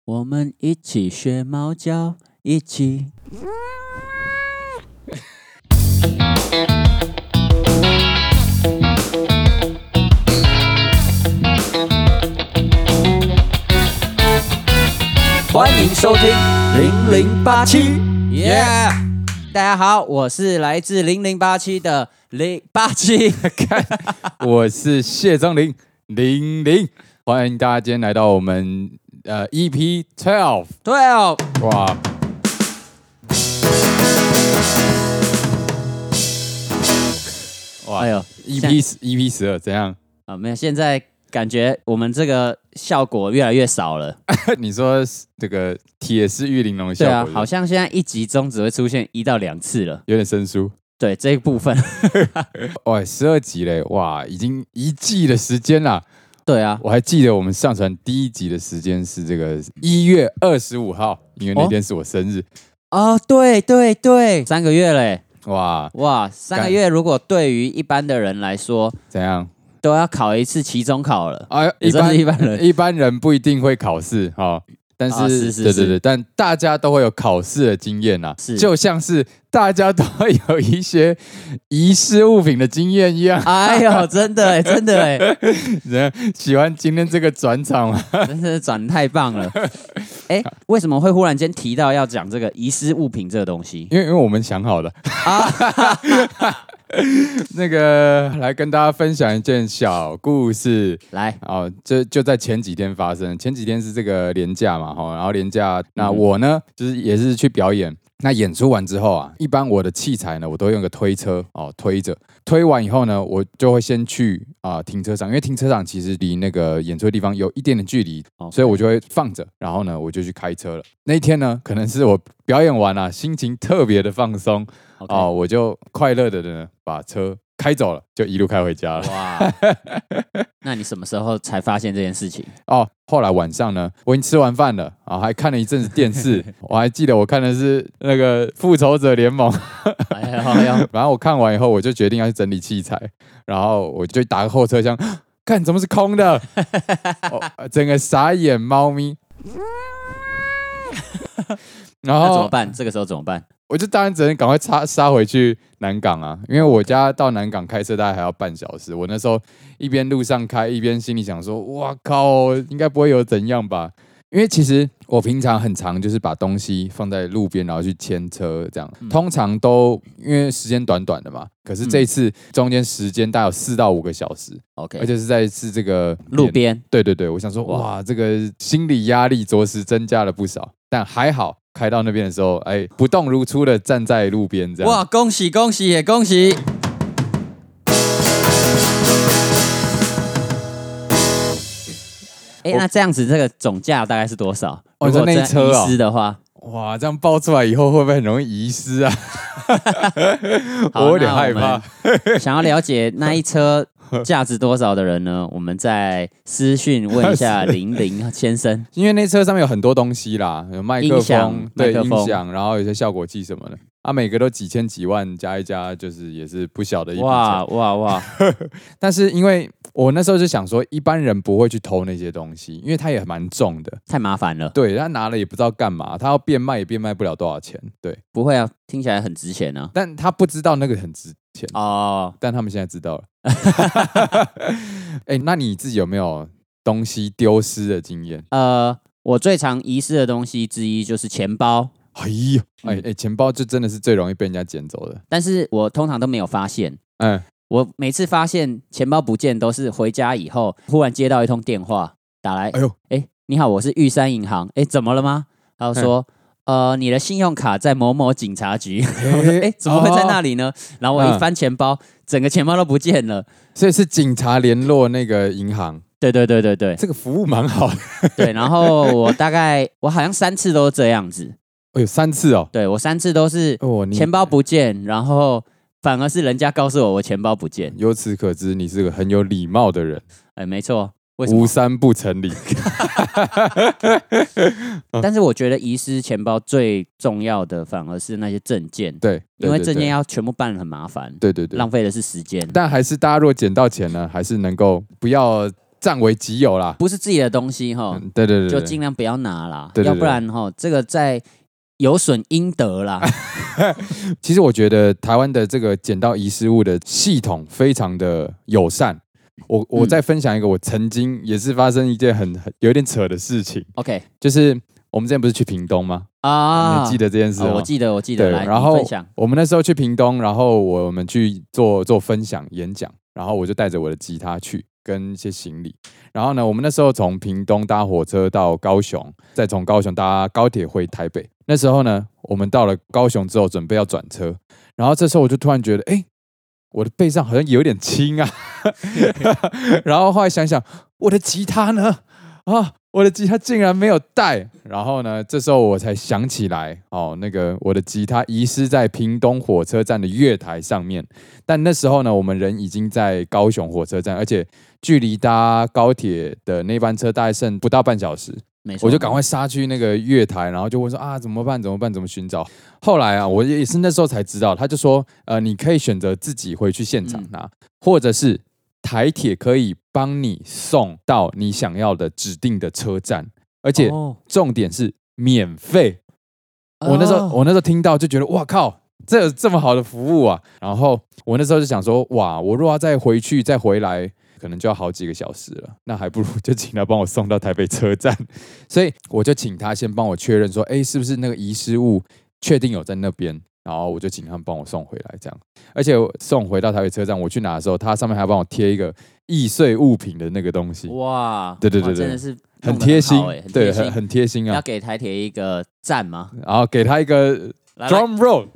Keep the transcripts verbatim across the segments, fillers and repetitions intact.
我们一起学猫叫，一起。欢迎收听零零八七，耶！大家好，我是来自零零八七的零八七， 我是谢宗林零零，欢迎大家今天来到我们呃 E P 十二， 对哦， 哇！哇！ 哎呦 ，E P E P 十二怎样啊？没有，现在感觉我们这个效果越来越少了。 你说这个铁丝玉玲珑的效果， 对啊，好像现在一集中只会出现一到两次了， 有点生疏。 对这一部分， 哇，十二集嘞，哇，已经一季的时间啦。 对啊， 我还记得我们上传第一集的时间是这个一月二十五号，因为那天是我生日。 哦，对对对，三个月嘞， 哇哇，三个月如果对于一般的人来说， 怎样？ 都要考一次期中考了。 啊， 一般一般人， 一般人不一定会考试哦，但是、 啊、是是对对对，但大家都会有考试的经验呐、啊，就像是大家都会有一些遗失物品的经验一样。 哎呦，真的哎，真的哎， 人喜欢今天这个转场吗？ 真是转太棒了。哎，为什么会忽然间提到要讲这个遗失物品这个东西？ 因为因为我们想好了啊。那个来跟大家分享一件小故事， 来哦，就就在前几天发生。前几天是这个连假嘛，哈，然后连假，那我呢，就是也是去表演。那演出完之后啊，一般我的器材呢，我都用个推车哦推着，推完以后呢，我就会先去啊、呃、停车场，因为停车场其实离那个演出的地方有一点点距离，哦、所以我就会放着，然后呢，我就去开车了。那一天呢，可能是我表演完啊，心情特别的放松。Okay. 哦，我就快乐的呢把车开走了，就一路开回家了。哇！ 那你什么时候才发现这件事情？ 哦，后来晚上呢，我已经吃完饭了啊，还看了一阵子电视。我还记得我看的是那个《复仇者联盟》。哎呀，反正我看完以后，我就决定要去整理器材，然后我就打个后车厢，看怎么是空的，哦、整个傻眼猫咪。 然后那怎么办？这个时候怎么办？ 我就当然只能赶快杀杀回去南港啊，因为我家到南港开车大概还要半小时。我那时候一边路上开，一边心里想说：“哇靠，应该不会有怎样吧？”因为其实我平常很常就是把东西放在路边，然后去牵车这样，嗯、通常都因为时间短短的嘛。可是这一次中间时间大概有四到五个小时 ，OK， 而且是在是这个路边。 对对对，我想说哇，这个心理压力着实增加了不少，但还好。开到那边的时候，哎，不动如初的站在路边，这样哇，恭喜恭喜也恭喜！哎，那这样子这个总价大概是多少？ 哦，如果那车遗失的话， 哇，这样爆出来以后会不会很容易遗失啊？我有点害怕。 想要了解那一车价值多少的人呢？我们再私讯问一下零零先生， 因为那车上面有很多东西啦，有麦克风、对音响，然后有些效果器什么的，啊，每个都几千几万，加一加就是也是不小的一笔钱。 哇哇哇！ 但是因为我那时候就想说，一般人不会去偷那些东西，因为它也蛮重的， 太麻烦了。 对，他拿了也不知道干嘛，他要变卖也变卖不了多少钱。对， 不会啊，听起来很值钱啊。 但他不知道那个很值钱哦， 但他们现在知道了。哎，那你自己有没有东西丢失的经验？ 呃，我最常遗失的东西之一就是钱包。 哎呦，哎哎，钱包就真的是最容易被人家捡走的。 但是我通常都没有发现。嗯，我每次发现钱包不见，都是回家以后忽然接到一通电话打来。哎呦，哎，你好，我是玉山银行。哎，怎么了吗？然后说。呃，你的信用卡在某某警察局，哎，怎么会在那里呢？然后我一翻钱包，嗯、整个钱包都不见了， 所以是警察联络那个银行。 对对对对对， 这个服务蛮好的。 对，然后我大概我好像三次都这样子。 哎呦，三次哦。 对，我三次都是钱包不见，然后反而是人家告诉我我钱包不见。 由此可知，你是个很有礼貌的人。 哎，没错。 无三不成理。 但是我觉得遗失钱包最重要的反而是那些证件， 对， 因为证件要全部办很麻烦， 对对对， 浪费的是时间。 但还是大家如果捡到钱呢，还是能够不要占为己有啦， 不是自己的东西哈、 嗯。对对 对, 对， 就尽量不要拿啦， 对对对， 要不然哈，这个在有损阴德啦。 其实我觉得台湾的这个捡到遗失物的系统非常的友善。我我再分享一个，我曾经也是发生一件很很有点扯的事情。 OK， 就是我们之前不是去屏东吗？啊，你记得这件事吗？ 哦、我记得，我记得。来， 然后分享。 我们那时候去屏东，然后我们去做做分享演讲，然后我就带着我的吉他去，跟一些行李。然后呢，我们那时候从屏东搭火车到高雄，再从高雄搭高铁回台北。那时候呢，我们到了高雄之后，准备要转车，然后这时候我就突然觉得，哎，我的背上好像有点轻啊。然后后来想想，我的吉他呢？啊，我的吉他竟然没有带。然后呢，这时候我才想起来，哦，那个我的吉他遗失在屏东火车站的月台上面。但那时候呢，我们人已经在高雄火车站，而且距离搭高铁的那班车大概剩不到半小时。我就赶快杀去那个月台，然后就问说啊，怎么办？怎么办？怎么寻找？后来啊，我也是那时候才知道，他就说，呃，你可以选择自己回去现场拿，嗯、或者是台铁可以帮你送到你想要的指定的车站，而且重点是免费。哦、我那时候我那时候听到就觉得，哇靠！这有这么好的服务啊！然后我那时候就想说，哇，我如果要再回去再回来，可能就要好几个小时了，那还不如就请他帮我送到台北车站。所以我就请他先帮我确认说，哎，是不是那个遗失物确定有在那边，然后我就请他们帮我送回来这样。而且送回到台北车站，我去拿的时候，他上面还要帮我贴一个易碎物品的那个东西。 哇， 对对对对， 真的是很贴心，对， 很很贴心啊！ 要给台铁一个赞吗？ 然后给他一个 drum roll。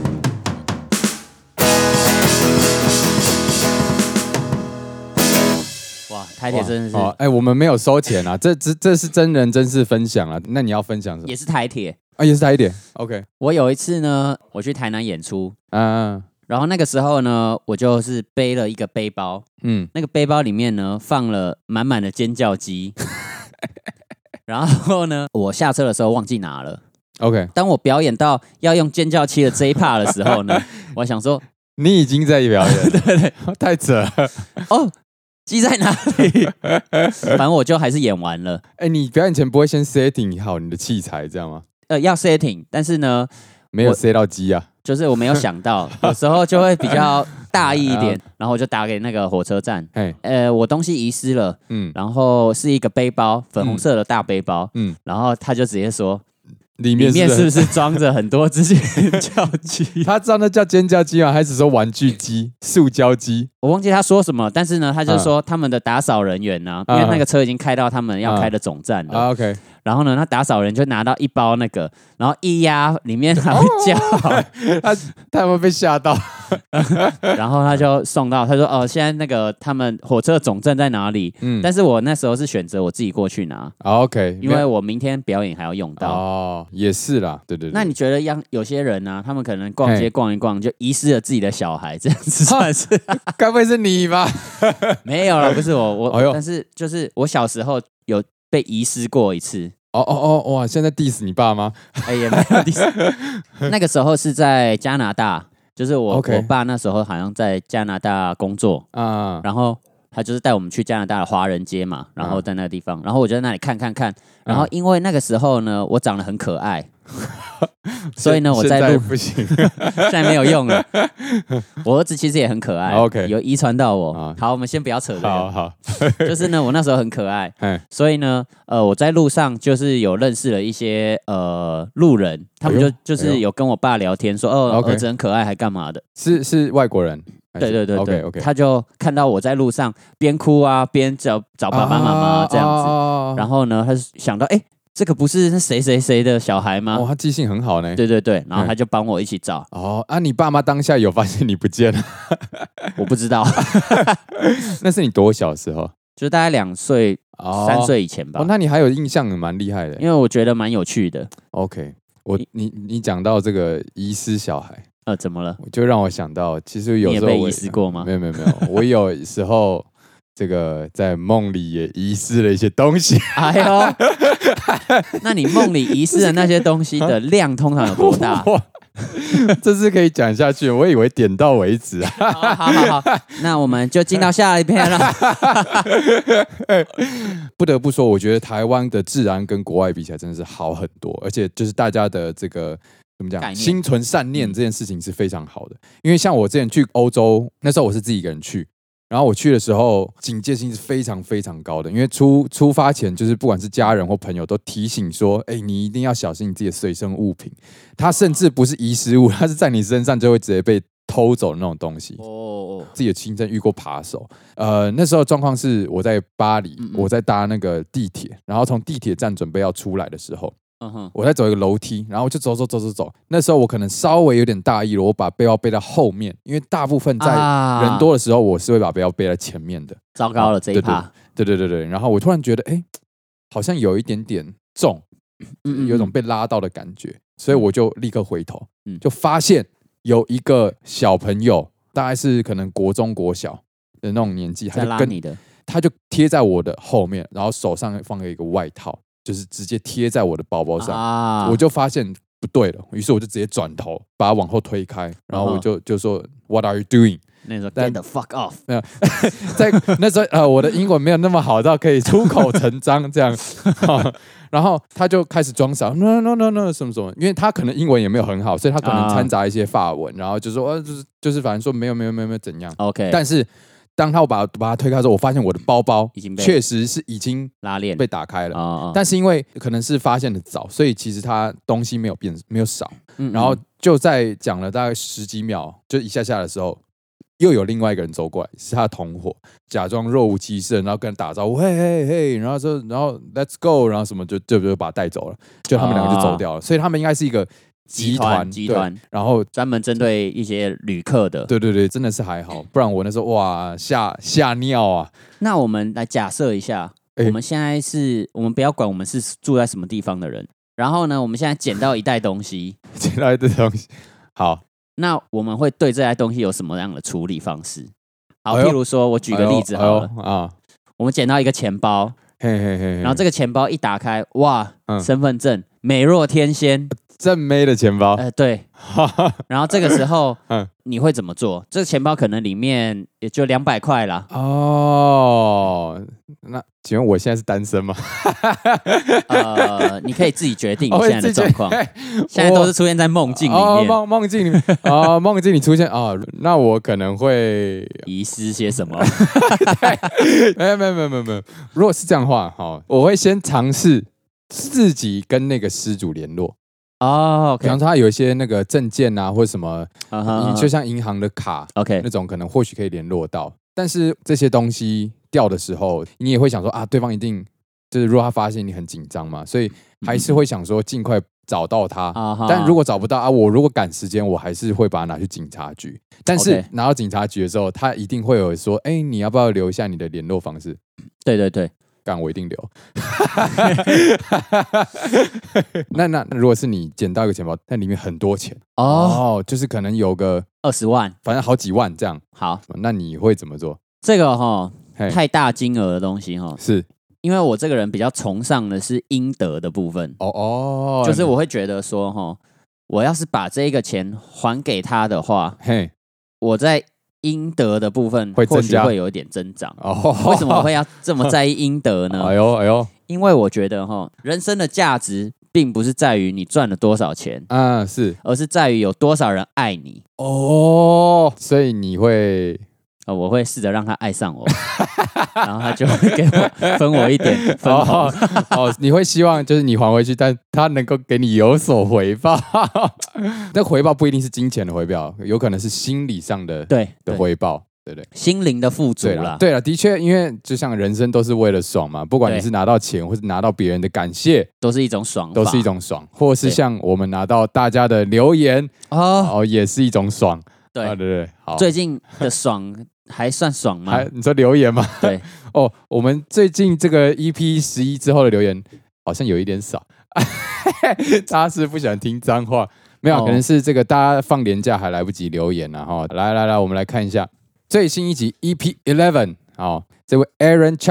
哇，台铁真的是哎、欸，我们没有收钱啊，这这这是真人真事分享啊。那你要分享什么？ 也是台铁啊，也是台铁。OK， 我有一次呢，我去台南演出，嗯，然后那个时候呢，我就是背了一个背包，嗯，那个背包里面呢放了满满的尖叫鸡，然后呢，我下车的时候忘记拿了。 OK， 当我表演到要用尖叫鸡的这一 part 的时候呢，我想说， 你已经在表演， 对对， 太扯了哦。鸡在哪里？反正我就还是演完了。 哎、欸，你表演前不会先 setting 好你的器材，这样吗？ 呃，要 setting， 但是呢， 没有 set 到鸡啊。 就是我没有想到，有时候就会比较大意一点，然后我就打给那个火车站。呃，我东西遗失了，嗯，然后是一个背包，粉红色的大背包，嗯，然后他就直接说。里面是不是装着很多只尖叫鸡？ 他知道那叫尖叫鸡吗？还是说玩具鸡、塑胶鸡？ 我忘记他说什么，但是呢，他就说他们的打扫人员呢、啊，因为那个车已经开到他们要开的总站了。 啊、OK， 然后呢，他打扫人就拿到一包那个，然后一压里面还会叫， 哦、他他有没有被吓到？ 然后他就送到，他说哦，现在那个他们火车总站在哪里？嗯，但是我那时候是选择我自己过去拿。 OK， 因为我明天表演还要用到。 哦，也是啦，对对对。 那你觉得让有些人呢、啊，他们可能逛街逛一逛就遗失了自己的小孩，这样子算是？ 该不会是你吧？ 没有了，不是我，我，哎、但是就是我小时候有被遗失过一次。 哦哦哦，哇！现在 diss 你爸吗？ 哎，也没有 diss。那个时候是在加拿大，就是我、okay. 我爸那时候好像在加拿大工作啊，然后他就是带我们去加拿大的华人街嘛，然后在那个地方，然后我就在那里看看看，然后因为那个时候呢，我长得很可爱。所以呢，我在录不行， 现在没有用了。我儿子其实也很可爱 ，OK， 有遗传到我。好，我们先不要扯这个。 好好， 就是呢，我那时候很可爱，所以呢，呃，我在路上就是有认识了一些呃路人，他们就就是有跟我爸聊天，说哦，儿子很可爱，还干嘛的？ 是是外国人。 对对对对 ，OK OK， 他就看到我在路上边哭啊边找找爸爸妈妈这样子，啊、然后呢，他就想到哎。欸这个不是谁谁谁的小孩吗？ 哦，他记性很好呢。 对对对，然后他就帮我一起找。 哦，啊，你爸妈当下有发现你不见了？ 我不知道。 那是你多小时候？ 就大概两岁、三岁以前吧。 哦，那你还有印象，蛮厉害的。 因为我觉得蛮有趣的。 OK， 我你你讲到这个遗失小孩， 呃，怎么了？ 就让我想到，其实有时候你也被遗失过吗？ 没有没有没有，我有时候。这个在梦里也遗失了一些东西。 哎呦，那你梦里遗失的那些东西的量通常有多大？ 这是可以讲下去，我以为点到为止啊。 好好好好，那我们就进到下一篇了。 不得不说，我觉得台湾的治安跟国外比起来真的是好很多，而且就是大家的这个怎么讲，心存善念这件事情是非常好的。因为像我之前去欧洲，那时候我是自己一个人去。然后我去的时候，警戒性是非常非常高的，因为出出发前，就是不管是家人或朋友都提醒说，哎，你一定要小心你自己的随身物品。它甚至不是遗失物，它是在你身上就会直接被偷走的那种东西。哦，自己的亲身遇过扒手。呃，那时候状况是我在巴黎，嗯嗯我在搭那个地铁，然后从地铁站准备要出来的时候。Uh-huh. 我在走一个楼梯，然后我就走走走走走。那时候我可能稍微有点大意了，我把背包背到后面，因为大部分在人多的时候，我是会把背包背在前面的。 糟糕了，这一趴。 对对对对对。然后我突然觉得，哎，好像有一点点重，有一种被拉到的感觉，所以我就立刻回头，就发现有一个小朋友，大概是可能国中国小的那种年纪， 他就跟你的， 他就贴在我的后面，然后手上放了一个外套。就是直接贴在我的包包上，啊、我就发现不对了，于是我就直接转头把它往后推开，然后我就就说 What are you doing？ 那时候 Get the fuck off！ 没有，在那时候呃，我的英文没有那么好到可以出口成章这样，然后他就开始装傻 ，no no no no 什么什么，因为他可能英文也没有很好，所以他可能掺杂一些法文，然后就说呃就是就是反正说没有没有没有没有怎样 ，OK， 但是。当他我把把它推开之后，我发现我的包包确实是已经拉链被打开了，哦哦但是因为可能是发现的早，所以其实它东西没有变没有少。嗯嗯然后就在讲了大概十几秒，就一下下的时候，又有另外一个人走过来，是他的同伙，假装若无其事，然后跟人打招呼，嘿嘿嘿，然后说，然后 Let's go， 然后什么就就就把他带走了，就他们两个就走掉了。哦、所以他们应该是一个。集团集团， 然后专门针对一些旅客的。 对对对，真的是还好，不然我那时候哇吓吓尿啊。 那我们来假设一下，欸、我们现在是我们不要管我们是住在什么地方的人，然后呢，我们现在捡到一袋东西， 捡到一袋东西，好， 那我们会对这袋东西有什么样的处理方式？好，譬如说我举个例子好了、哎、啊，我们捡到一个钱包，嘿嘿嘿，然后这个钱包一打开，哇，嗯、身份证美若天仙。 正妹的钱包， 呃，对，然后这个时候，嗯，你会怎么做？这个钱包可能里面也就两百块啦。 哦，那请问我现在是单身吗？ 呃，你可以自己决定你现在的状况。现在都是出现在梦境里面， 哦、梦梦境里面啊、哦，梦境里出现啊、哦，那我可能会遗失些什么？ 没有没有没有没有没有。如果是这样的话，好，我会先尝试自己跟那个失主联络。 哦、oh, okay. 比方说他有一些那个证件啊，或者什么， uh-huh. 就像银行的卡 ，OK， 那种可能或许可以联络到。但是这些东西掉的时候，你也会想说啊，对方一定就是如果他发现你很紧张嘛，所以还是会想说尽快找到他。Uh-huh. 但如果找不到啊，我如果赶时间，我还是会把它拿去警察局。但是拿到警察局的时候，他一定会有说，哎，你要不要留下你的联络方式？ 对对对。 干我一定留。那那如果是你捡到一个钱包，但里面很多钱哦，哦，就是可能有个二十万， 反正好几万这样。 好， 那你会怎么做？ 这个哈，太大金额的东西哈， 是因为我这个人比较崇尚的是应得的部分。 哦哦， 就是我会觉得说哈，我要是把这个钱还给他的话，嘿，我在。应得的部分或许会有一点增长。哦、为什么我会要这么在意应得呢？ 哎呦哎呦， 因为我觉得哈，人生的价值并不是在于你赚了多少钱， 啊是， 而是在于有多少人爱你。 哦，所以你会。 呃、我会试着让他爱上我，然后他就会给我分我一点分红。 哦, 哦，你会希望就是你还回去，但他能够给你有所回报。那回报不一定是金钱的回报，有可能是心理上的对的回报，对不对？ 心灵的富足啦。 对了，的确，因为就像人生都是为了爽嘛，不管你是拿到钱或是拿到别人的感谢， 都是一种爽， 都是一种爽，或是像我们拿到大家的留言哦，哦，也是一种爽。 对、 啊、对对，好， 最近的爽。还算爽吗？ 你说留言吗？ 对哦，我们最近这个 E P 十一之后的留言好像有一点少，大家是不喜欢听脏话，没有，哦、可能是这个大家放年假还来不及留言啊哈。来来来，我们来看一下最新一集 E P 十一，好，这位 Aaron Chang，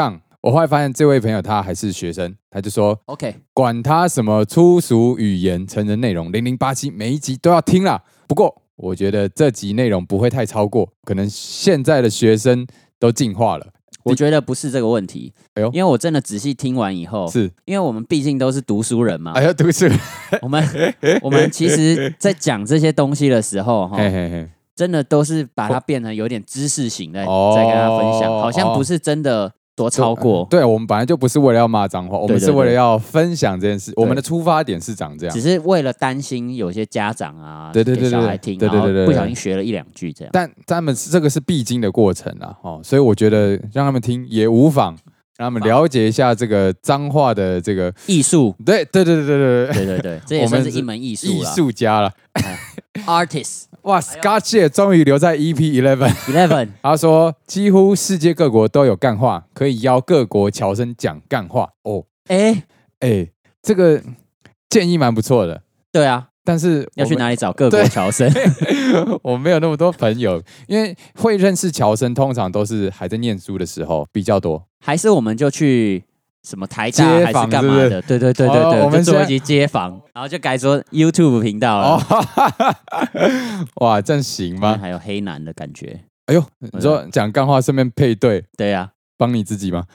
我后来发现这位朋友他还是学生，他就说 OK， 管他什么粗俗语言、成人内容，零零八七每一集都要听啦。不过我觉得这集内容不会太超过，可能现在的学生都进化了。 我觉得不是这个问题，哎呦，因为我真的仔细听完以后， 是因为我们毕竟都是读书人嘛， 哎呀，读书人， 我们我们其实在讲这些东西的时候，哈。真的都是把它变成有点知识型在、哦、在跟他分享，好像不是真的多超过。 对，我们本来就不是为了要骂脏话，我们是为了要分享这件事。我们的出发点是长这样， 只是为了担心有些家长啊， 对对对对， 给小孩听，对对对对，不小心学了一两句这样。 但他们这个是必经的过程啊，哦，所以我觉得让他们听也无妨。让他们了解一下这个脏话的这个艺术， 对对对对对对对对对，这也算是一门艺术， 艺术家了 ，artist。 哇 ，Scott J 终于留在 E P eleven eleven， 他说几乎世界各国都有干话，可以邀各国侨生讲干话哦。哎哎，这个建议蛮不错的。 对啊。 但是要去哪里找各国侨生？ 我没有那么多朋友，因为会认识侨生，通常都是还在念书的时候比较多。 还是我们就去什么台大还是干嘛的？是是对对对对对，哦、我们做一集街访，然后就改说 YouTube 频道了。 哦、哇，这样行吗？ 还有黑男的感觉。 哎呦，你说讲干话顺便配对？ 对呀、啊， 帮你自己吗？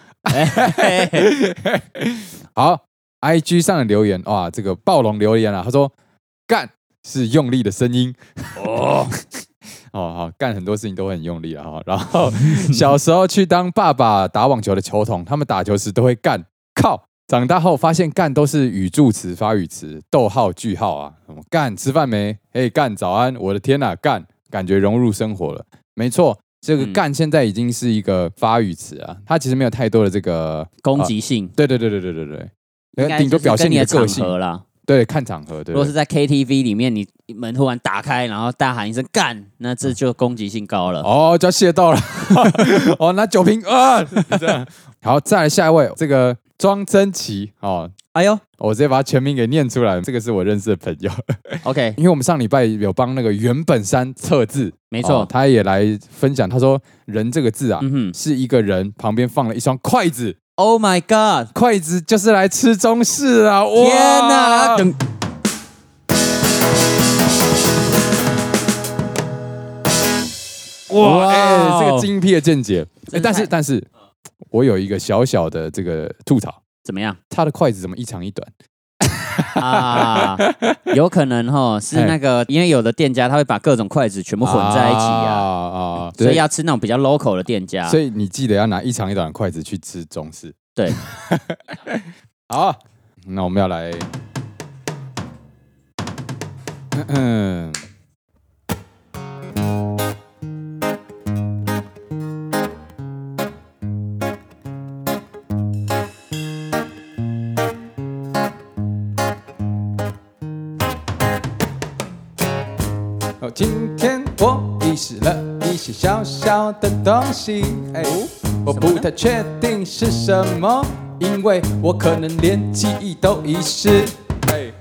好 ，I G 上的留言哇，这个暴龙留言啊，他说。干是用力的声音哦，哦好，干很多事情都会很用力了哈。然后小时候去当爸爸打网球的球童，他们打球时都会干靠。长大后发现干都是语助词、发语词、逗号、句号啊。什么干吃饭没？嘿干早安！我的天哪，干感觉融入生活了。没错，这个干现在已经是一个发语词啊，它其实没有太多的这个攻击性。 对对对对对对对，顶多表现你的个性啦。 对，看场合。对， 如果是在 K T V 里面，你门突然打开，然后大喊一声“干”，那这就攻击性高了。 哦，就要谢到了。哦，拿酒瓶啊，这样。好，再来下一位，这个庄真奇哦。 哎呦， 我直接把他全名给念出来。这个是我认识的朋友。 OK， 因为我们上礼拜有帮那个原本山测字， 没错、 哦，他也来分享。他说“人”这个字啊，嗯、是一个人旁边放了一双筷子。 Oh my god！ 筷子就是来吃中式啊！哇天哪！等哇，哎、欸，这个精辟的见解。哎、欸，但是但是，我有一个小小的这个吐槽。 怎么样？ 他的筷子怎么一长一短？ 啊，有可能哈是那个，因为有的店家他会把各种筷子全部混在一起啊啊，所以要吃那种比较 local 的店家。 所以你记得要拿一长一短的筷子去吃中式。 对， 好，那我们要来，嗯嗯。今天我遗失了一些小小的东西，哎，我不太确定是什么，因为我可能连记忆都遗失。哎，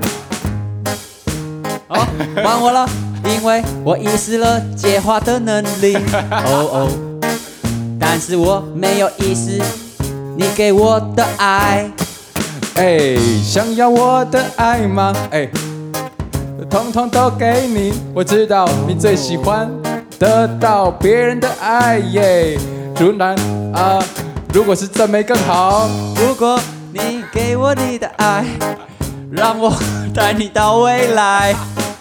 好，换我了，因为我遗失了接话的能力。哦哦，但是我没有遗失你给我的爱。 哎，想要我的爱吗？哎。统统都给你，我知道你最喜欢得到别人的爱耶。如然啊，如果是赞美更好。 如果你给我你的爱，让我带你到未来，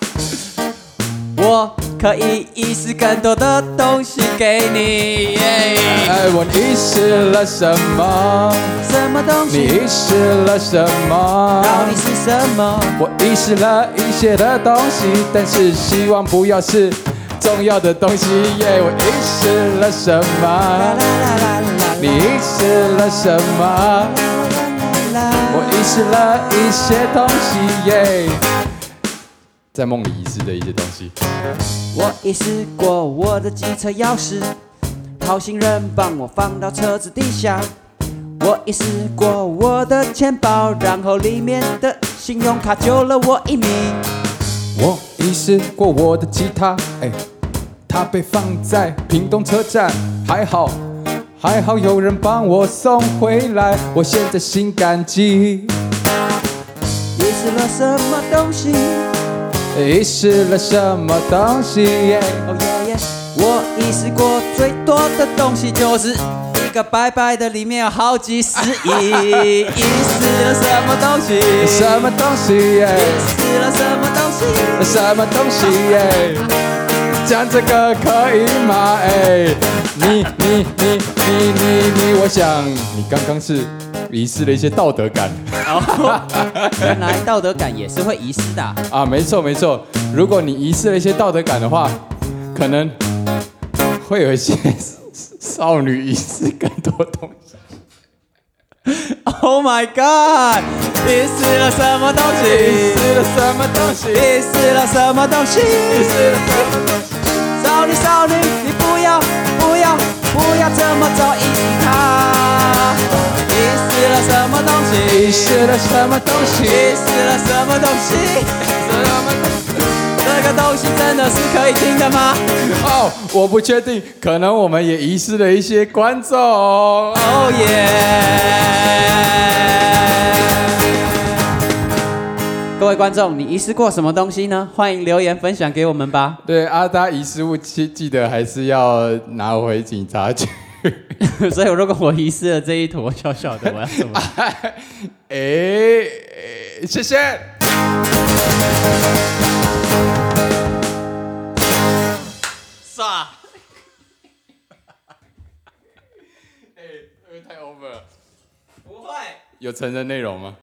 我可以遗失更多的东西给你。 哎，我遗失了什么？ 什么东西？ 你遗失了什么？ 到底是什么？ 我遗失了一些的东西，但是希望不要是重要的东西耶。我遗失了什么？你遗失了什么？我遗失了一些东西耶，在梦里遗失的一些东西。 我遗失过我的机车钥匙，好心人帮我放到车子底下。我遗失过我的钱包，然后里面的信用卡救了我一命。 我遗失过我的吉他，哎，它被放在屏东车站，还好还好有人帮我送回来，我现在心感激。 遗失了什么东西？ 遗失了什么东西？ 哦耶耶！我遗失过最多的东西就是一个白白的，里面有好几十亿。遗失了什么东西？ 什么东西？ 遗失了什么东西？ 什么东西？讲这个可以吗？哎，你你你你你你，我想你刚刚是遗失了一些道德感。 哦，原来道德感也是会遗失的啊！ 啊，没错没错，如果你遗失了一些道德感的话，可能会有一些少女遗失更多东西。 Oh my god！ 遗失了什么东西？ 遗失了什么东西？ 遗失了什么东西？ 遗失了什么东西？ 少女少女，你不要不要不要这么走，遗弃它。遗失了什么东西？ 遗失了什么东西？ 遗失了什么东西？ 什么东西？ 这个东西真的是可以听的吗？ 哦，我不确定，可能我们也遗失了一些观众。 哦耶！各位观众，你遗失过什么东西呢？欢迎留言分享给我们吧。 对，阿达遗失物记记得还是要拿回警察局。 所以如果我遗失了这一坨小小的，我要怎么？ 哎、欸，谢谢。 耍。 哎、欸，太 over 了。 不会。 有成人内容吗？